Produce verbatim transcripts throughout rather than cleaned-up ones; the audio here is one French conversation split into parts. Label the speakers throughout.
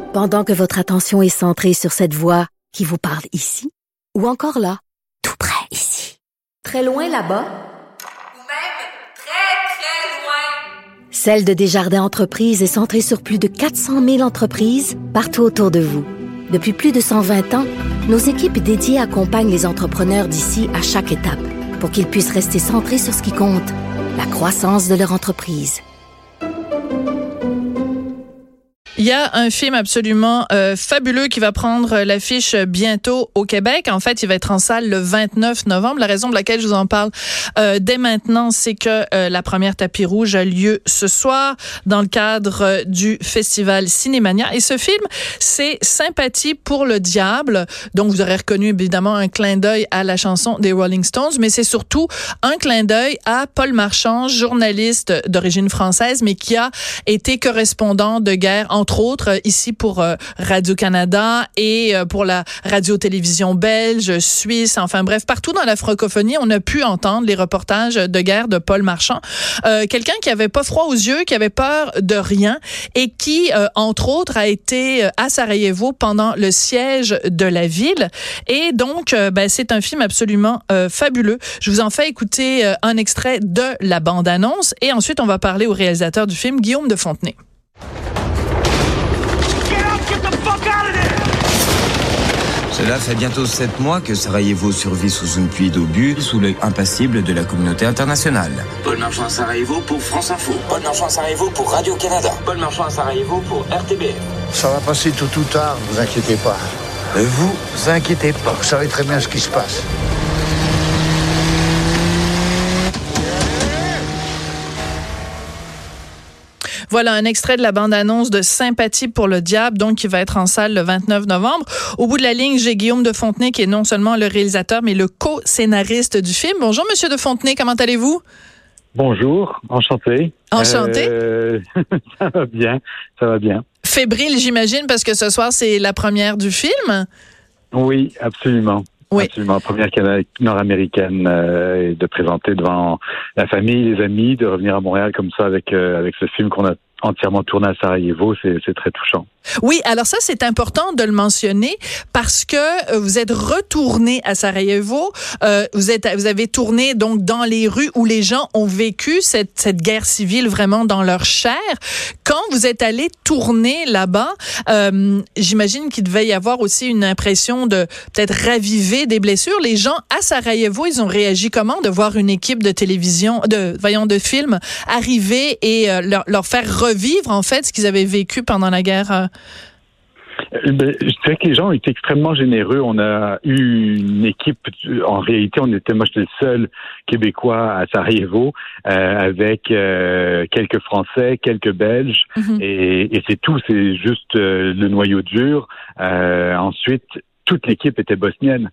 Speaker 1: Pendant que votre attention est centrée sur cette voix qui vous parle ici, ou encore là, tout près ici, très loin là-bas,
Speaker 2: ou même très, très loin.
Speaker 1: Celle de Desjardins Entreprises est centrée sur plus de quatre cent mille entreprises partout autour de vous. Depuis plus de cent vingt ans, nos équipes dédiées accompagnent les entrepreneurs d'ici à chaque étape pour qu'ils puissent rester centrés sur ce qui compte, la croissance de leur entreprise.
Speaker 3: Il y a un film absolument euh, fabuleux qui va prendre l'affiche bientôt au Québec. En fait, il va être en salle le vingt-neuf novembre. La raison pour laquelle je vous en parle euh, dès maintenant, c'est que euh, la première tapis rouge a lieu ce soir dans le cadre euh, du festival Cinémania. Et ce film, c'est Sympathie pour le diable. Donc, vous aurez reconnu évidemment un clin d'œil à la chanson des Rolling Stones, mais c'est surtout un clin d'œil à Paul Marchand, journaliste d'origine française, mais qui a été correspondant de guerre entre entre autres ici pour euh, Radio-Canada et euh, pour la radio-télévision belge, suisse, enfin bref, partout dans la francophonie, on a pu entendre les reportages de guerre de Paul Marchand. Euh, quelqu'un qui avait pas froid aux yeux, qui avait peur de rien et qui, euh, entre autres, a été à Sarajevo pendant le siège de la ville. Et donc, euh, ben, c'est un film absolument euh, fabuleux. Je vous en fais écouter euh, un extrait de la bande-annonce et ensuite, on va parler au réalisateur du film, Guillaume de Fontenay.
Speaker 4: Cela fait bientôt sept mois que Sarajevo survit sous une pluie d'obus, sous l'œil impassible de la communauté internationale.
Speaker 5: Paul Marchand à Sarajevo pour France Info.
Speaker 6: Paul Marchand à Sarajevo pour Radio-Canada.
Speaker 5: Paul Marchand à Sarajevo pour R T B F.
Speaker 7: Ça va passer tôt ou tard, ne vous inquiétez pas. Ne vous inquiétez pas, vous savez très bien ce qui se passe.
Speaker 3: Voilà un extrait de la bande-annonce de Sympathie pour le diable, donc qui va être en salle le vingt-neuf novembre. Au bout de la ligne, j'ai Guillaume de Fontenay, qui est non seulement le réalisateur, mais le co-scénariste du film. Bonjour, Monsieur de Fontenay, comment allez-vous?
Speaker 8: Bonjour, enchanté.
Speaker 3: Enchanté?
Speaker 8: Euh, ça va bien, ça va bien.
Speaker 3: Fébrile, j'imagine, parce que ce soir, c'est la première du film?
Speaker 8: Oui, absolument.
Speaker 3: Oui.
Speaker 8: Absolument, première nord-américaine euh, et de présenter devant la famille, les amis, de revenir à Montréal comme ça avec euh, avec ce film qu'on a entièrement tourné à Sarajevo, c'est, c'est très touchant.
Speaker 3: Oui, alors ça, c'est important de le mentionner parce que vous êtes retourné à Sarajevo, euh, vous êtes, vous avez tourné donc dans les rues où les gens ont vécu cette, cette guerre civile vraiment dans leur chair. Quand vous êtes allé tourner là-bas, euh, j'imagine qu'il devait y avoir aussi une impression de peut-être raviver des blessures. Les gens à Sarajevo, ils ont réagi comment de voir une équipe de télévision, de, voyons, de films arriver et euh, leur, leur faire revivre en fait ce qu'ils avaient vécu pendant la guerre? Euh,
Speaker 8: Ben, je dirais que les gens ont été extrêmement généreux. On a eu une équipe, en réalité, on était, moi j'étais le seul Québécois à Sarajevo, euh, avec euh, quelques Français, quelques Belges, mm-hmm. et, et c'est tout, c'est juste euh, le noyau dur. Euh, ensuite, toute l'équipe était bosnienne,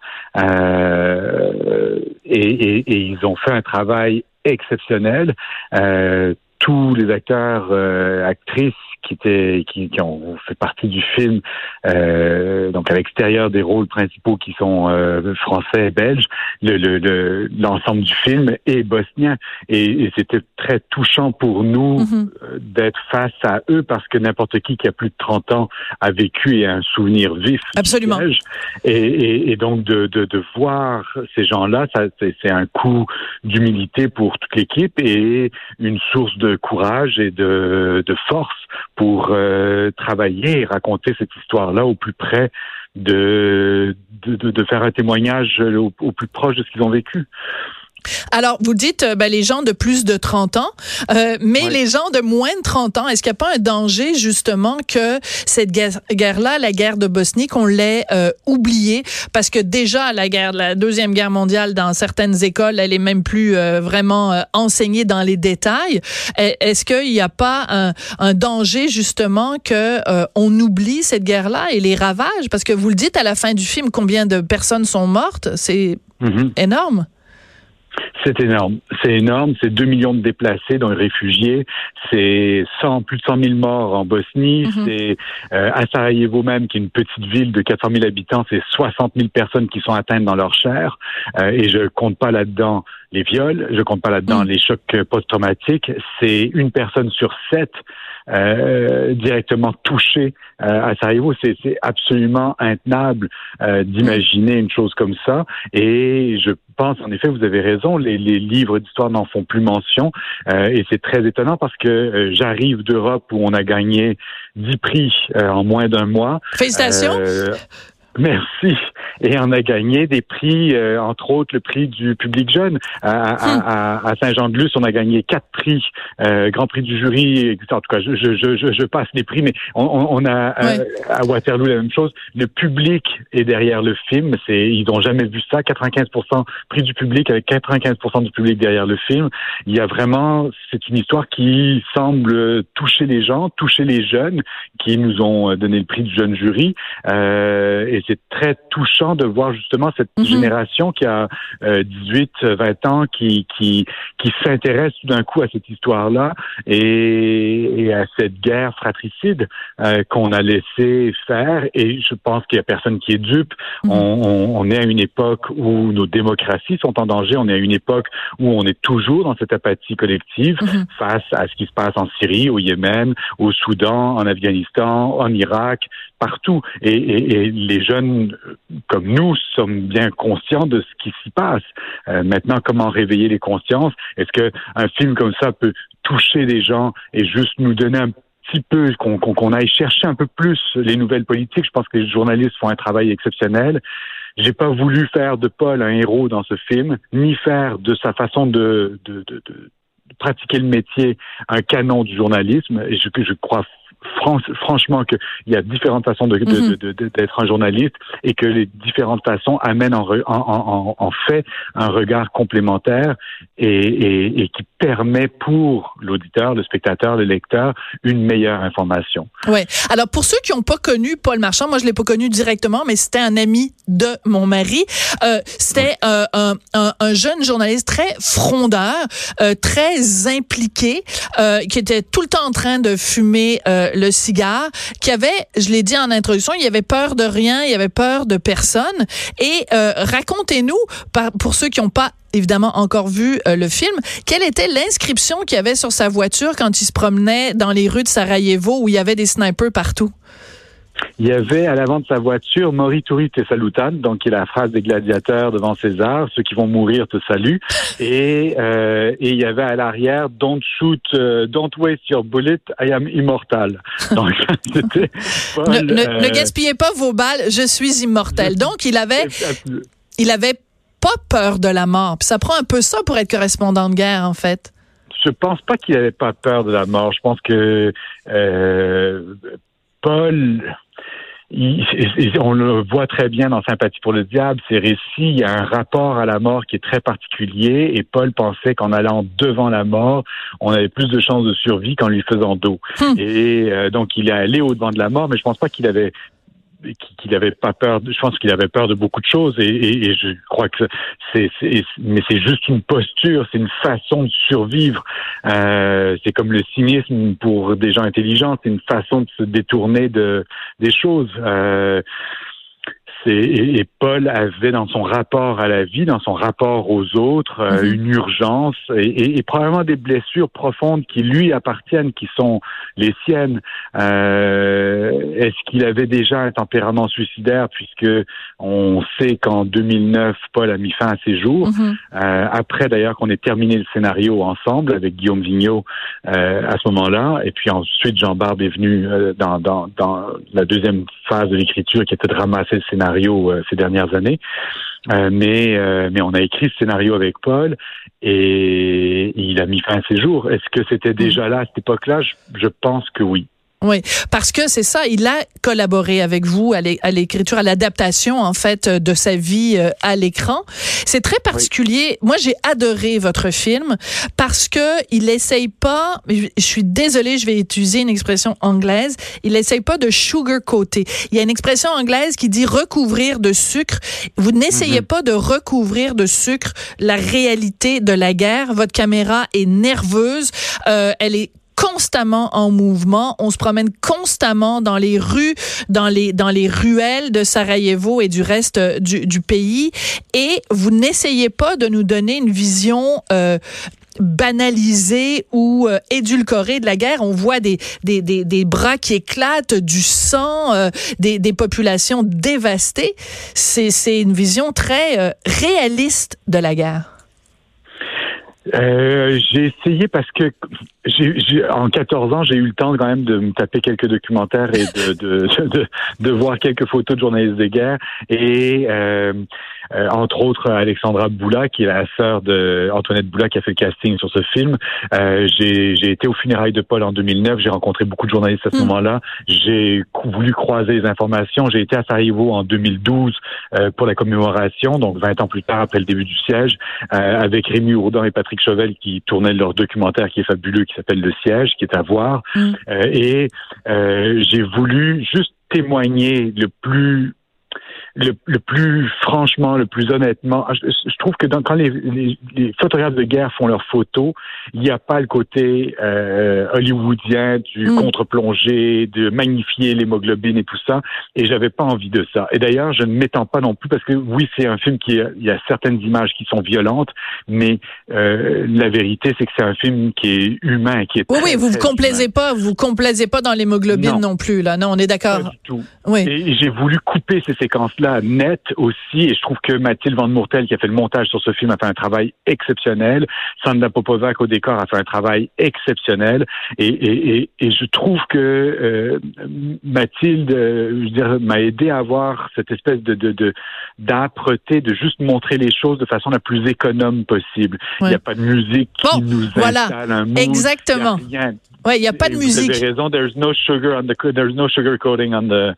Speaker 8: euh, et, et, et ils ont fait un travail exceptionnel. Euh, tous les acteurs, euh, actrices qui étaient, qui, qui ont fait partie du film, euh, donc à l'extérieur des rôles principaux qui sont euh, français et belges, le, le, le, l'ensemble du film est bosnien. Et, et c'était très touchant pour nous mm-hmm. d'être face à eux parce que n'importe qui qui a plus de trente ans a vécu et a un souvenir vif.
Speaker 3: Absolument.
Speaker 8: Du et, et, et donc de, de, de voir ces gens-là, ça, c'est, c'est un coup d'humilité pour toute l'équipe et une source de courage et de, de force pour euh, travailler et raconter cette histoire-là au plus près de, de, de, de faire un témoignage au, au plus proche de ce qu'ils ont vécu.
Speaker 3: Alors, vous dites, ben, les gens de plus de trente ans, euh, mais oui. les gens de moins de trente ans, est-ce qu'il n'y a pas un danger, justement, que cette guerre, guerre-là, la guerre de Bosnie, qu'on l'ait euh, oubliée? Parce que déjà, la guerre, la Deuxième Guerre mondiale, dans certaines écoles, elle est même plus euh, vraiment euh, enseignée dans les détails. Est-ce qu'il n'y a pas un, un danger, justement, que euh, on oublie cette guerre-là et les ravages? Parce que vous le dites à la fin du film, combien de personnes sont mortes? C'est mm-hmm. énorme.
Speaker 8: C'est énorme. C'est énorme. C'est deux millions de déplacés, dont les réfugiés. C'est cent, plus de cent mille morts en Bosnie. Mm-hmm. C'est euh, à Sarajevo même, qui est une petite ville de quatre cent mille habitants, c'est soixante mille personnes qui sont atteintes dans leur chair. Euh, et je compte pas là-dedans les viols. Je compte pas là-dedans mm. les chocs post-traumatiques. C'est une personne sur sept euh, directement touchée euh, à Sarajevo. C'est, c'est absolument intenable euh, d'imaginer une chose comme ça. Et je pense, en effet, vous avez raison, les, les livres d'histoire n'en font plus mention. Euh, et c'est très étonnant parce que euh, j'arrive d'Europe où on a gagné dix prix euh, en moins d'un mois.
Speaker 3: Félicitations!
Speaker 8: Euh, Merci. Et on a gagné des prix, euh, entre autres le prix du public jeune. À, hum. à, à Saint-Jean-de-Luz, on a gagné quatre prix, euh, Grand Prix du jury. En tout cas, je, je, je, je passe les prix, mais on, on a ouais. euh, à Waterloo la même chose. Le public est derrière le film. C'est, ils n'ont jamais vu ça. quatre-vingt-quinze pour cent prix du public avec quatre-vingt-quinze pour cent du public derrière le film. Il y a vraiment, c'est une histoire qui semble toucher les gens, toucher les jeunes qui nous ont donné le prix du jeune jury. Euh, et c'est très touchant de voir justement cette mm-hmm. génération qui a euh, dix-huit, vingt ans, qui qui qui s'intéresse tout d'un coup à cette histoire-là et, et à cette guerre fratricide euh, qu'on a laissé faire. Et je pense qu'il y a personne qui est dupe. Mm-hmm. On, on, on est à une époque où nos démocraties sont en danger. On est à une époque où on est toujours dans cette apathie collective mm-hmm. face à ce qui se passe en Syrie, au Yémen, au Soudan, en Afghanistan, en Irak, partout. Et, et, et les jeunes comme nous sommes bien conscients de ce qui s'y passe. Euh, maintenant, comment réveiller les consciences? Est-ce que un film comme ça peut toucher les gens et juste nous donner un petit peu, qu'on, qu'on, qu'on aille chercher un peu plus les nouvelles politiques? Je pense que les journalistes font un travail exceptionnel. J'ai pas voulu faire de Paul un héros dans ce film, ni faire de sa façon de, de, de, de pratiquer le métier un canon du journalisme. Et je, je crois Fran- franchement qu'il y a différentes façons de, de, mm-hmm. de, de, de, d'être un journaliste et que les différentes façons amènent en, re, en, en, en fait un regard complémentaire et, et, et qui permet pour l'auditeur, le spectateur, le lecteur, une meilleure information.
Speaker 3: Oui. Alors, pour ceux qui n'ont pas connu Paul Marchand, moi, je l'ai pas connu directement, mais c'était un ami de mon mari. Euh, c'était euh, un, un, un jeune journaliste très frondeur, euh, très impliqué, euh, qui était tout le temps en train de fumer euh, le cigare, qui avait, je l'ai dit en introduction, il avait peur de rien, il avait peur de personne. Et euh, racontez-nous, par, pour ceux qui n'ont pas évidemment encore vu euh, le film, quelle était l'inscription qu'il y avait sur sa voiture quand il se promenait dans les rues de Sarajevo où il y avait des snipers partout?
Speaker 8: Il y avait à l'avant de sa voiture Morituri te salutan, donc qui est la phrase des gladiateurs devant César, ceux qui vont mourir te saluent, et euh, et il y avait à l'arrière Don't shoot, uh, don't waste your bullet, I am immortal. Donc c'était Paul,
Speaker 3: ne, ne,
Speaker 8: euh,
Speaker 3: ne gaspillez pas vos balles, je suis immortel. Donc il avait il avait pas peur de la mort. Puis ça prend un peu ça pour être correspondant de guerre en fait.
Speaker 8: Je pense pas qu'il avait pas peur de la mort. Je pense que euh, Paul, il, on le voit très bien dans Sympathie pour le diable, ces récits, il y a un rapport à la mort qui est très particulier et Paul pensait qu'en allant devant la mort, on avait plus de chances de survie qu'en lui faisant dos. Hum. Et euh, donc il est allé au-devant de la mort, mais je pense pas qu'il avait qu'il avait pas peur de, je pense qu'il avait peur de beaucoup de choses et, et, et je crois que c'est, c'est mais c'est juste une posture, c'est une façon de survivre. Euh, c'est comme le cynisme pour des gens intelligents, c'est une façon de se détourner de des choses. Euh, c'est, et, et Paul avait dans son rapport à la vie, dans son rapport aux autres, euh, mm-hmm. une urgence et, et, et probablement des blessures profondes qui lui appartiennent, qui sont les siennes. Euh, est-ce qu'il avait déjà un tempérament suicidaire, puisque on sait qu'en deux mille neuf, Paul a mis fin à ses jours. Mm-hmm. Euh, après d'ailleurs qu'on ait terminé le scénario ensemble avec Guillaume Vigneault euh, à ce moment-là, et puis ensuite Jean Barbe est venu euh, dans, dans, dans la deuxième phase de l'écriture qui était de ramasser le scénario euh, ces dernières années. Euh, mais euh, mais on a écrit ce scénario avec Paul et il a mis fin à ses jours. Est-ce que c'était déjà là à cette époque-là? Je, je pense que oui.
Speaker 3: Oui, parce que c'est ça, il a collaboré avec vous à l'écriture, à l'adaptation en fait de sa vie à l'écran. C'est très particulier. Oui. Moi, j'ai adoré votre film parce que il essaye pas, je suis désolée, je vais utiliser une expression anglaise, il essaye pas de sugarcoater. Il y a une expression anglaise qui dit recouvrir de sucre. Vous n'essayez mm-hmm. pas de recouvrir de sucre la réalité de la guerre. Votre caméra est nerveuse, euh, elle est constamment en mouvement, on se promène constamment dans les rues, dans les dans les ruelles de Sarajevo et du reste du, du pays, et vous n'essayez pas de nous donner une vision euh, banalisée ou euh, édulcorée de la guerre. On voit des des des, des bras qui éclatent, du sang, euh, des des populations dévastées. C'est c'est une vision très euh, réaliste de la guerre.
Speaker 8: Euh, j'ai essayé parce que j'ai, j'ai, en quatorze ans, j'ai eu le temps quand même de me taper quelques documentaires et de, de, de, de, de voir quelques photos de journalistes de guerre et euh, euh, entre autres Alexandra Boula, qui est la sœur de Antoinette Boula, qui a fait le casting sur ce film. Euh, j'ai, j'ai été au funérailles de Paul en deux mille neuf, j'ai rencontré beaucoup de journalistes à ce mmh. moment-là. J'ai voulu croiser les informations. J'ai été à Sarajevo en deux mille douze euh, pour la commémoration, donc vingt ans plus tard après le début du siège, euh, avec Rémi Ourdan et Patrick Chauvel qui tournaient leur documentaire qui est fabuleux, qui s'appelle Le Siège, qui est à voir. Mmh. Euh, et euh, j'ai voulu juste témoigner le plus Le, le plus franchement, le plus honnêtement. Je, je trouve que dans, quand les, les, les photographes de guerre font leurs photos, il n'y a pas le côté euh, hollywoodien du mm. contre-plongée, de magnifier l'hémoglobine et tout ça. Et j'avais pas envie de ça. Et d'ailleurs, je ne m'étends pas non plus parce que oui, c'est un film qui, il y a certaines images qui sont violentes, mais euh, la vérité, c'est que c'est un film qui est humain, qui est
Speaker 3: oui,
Speaker 8: très,
Speaker 3: oui, vous
Speaker 8: très
Speaker 3: vous complaisez
Speaker 8: humain.
Speaker 3: pas, vous vous complaisez pas dans l'hémoglobine non. non plus là. Non, on est d'accord.
Speaker 8: Pas du tout.
Speaker 3: Oui.
Speaker 8: Et j'ai voulu couper ces séquences-là net aussi, et je trouve que Mathilde Van Moertel, qui a fait le montage sur ce film, a fait un travail exceptionnel. Sanda Popovac au décor a fait un travail exceptionnel, et, et, et, et je trouve que euh, Mathilde, euh, je veux dire, m'a aidé à avoir cette espèce de, de, de d'âpreté, de juste montrer les choses de façon la plus économe possible. Il ouais. n'y a pas de musique qui
Speaker 3: bon,
Speaker 8: nous
Speaker 3: voilà.
Speaker 8: installe un mood.
Speaker 3: Exactement.
Speaker 8: Il y a rien.
Speaker 3: Ouais, il n'y a pas de
Speaker 8: et
Speaker 3: musique.
Speaker 8: Vous avez raison, there's no sugar on the, there's no sugar coating on the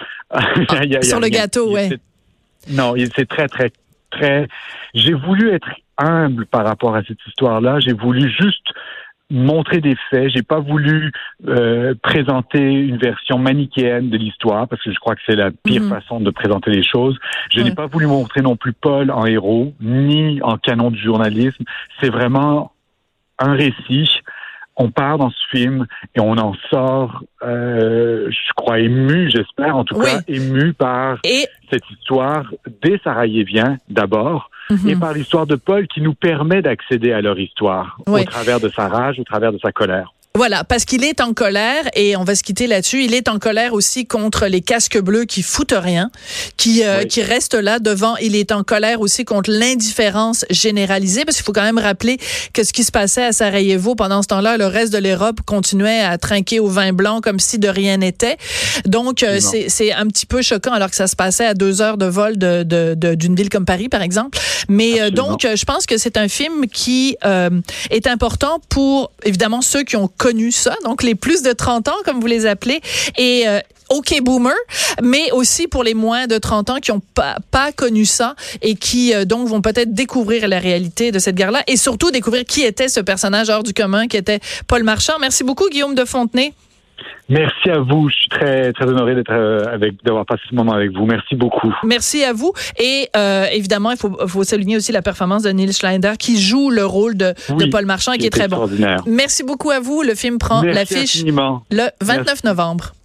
Speaker 3: il y a, il y a sur le rien. Gâteau, ouais.
Speaker 8: C'est, non, c'est très, très, très... J'ai voulu être humble par rapport à cette histoire-là. J'ai voulu juste montrer des faits. J'ai pas voulu euh, présenter une version manichéenne de l'histoire, parce que je crois que c'est la pire mm-hmm. façon de présenter les choses. Je ouais. n'ai pas voulu montrer non plus Paul en héros, ni en canon du journalisme. C'est vraiment un récit. On part dans ce film et on en sort, euh, je crois, ému, j'espère, en tout oui. cas, ému par et... cette histoire des Sarajeviens, d'abord, mm-hmm. et par l'histoire de Paul qui nous permet d'accéder à leur histoire, oui. au travers de sa rage, au travers de sa colère.
Speaker 3: Voilà, parce qu'il est en colère, et on va se quitter là-dessus, il est en colère aussi contre les casques bleus qui foutent rien, qui euh, oui. qui restent là devant. Il est en colère aussi contre l'indifférence généralisée, parce qu'il faut quand même rappeler que ce qui se passait à Sarajevo pendant ce temps-là, le reste de l'Europe continuait à trinquer au vin blanc comme si de rien n'était. Donc, euh, c'est, c'est un petit peu choquant, alors que ça se passait à deux heures de vol de, de, de d'une ville comme Paris, par exemple. Mais euh, donc, je pense que c'est un film qui euh, est important pour, évidemment, ceux qui ont connu ça, donc les plus de trente ans, comme vous les appelez, et euh, OK Boomer, mais aussi pour les moins de trente ans qui n'ont pas, pas connu ça et qui euh, donc vont peut-être découvrir la réalité de cette guerre-là et surtout découvrir qui était ce personnage hors du commun qui était Paul Marchand. Merci beaucoup, Guillaume de Fontenay.
Speaker 8: Merci à vous. Je suis très très honoré d'être avec d'avoir passé ce moment avec vous. Merci beaucoup.
Speaker 3: Merci à vous. Et euh, évidemment, il faut, faut souligner aussi la performance de Neil Schneider qui joue le rôle de, oui, de Paul Marchand, qui est très bon. Merci beaucoup à vous. Le film prend
Speaker 8: Merci
Speaker 3: l'affiche
Speaker 8: infiniment.
Speaker 3: le vingt-neuf Merci. novembre.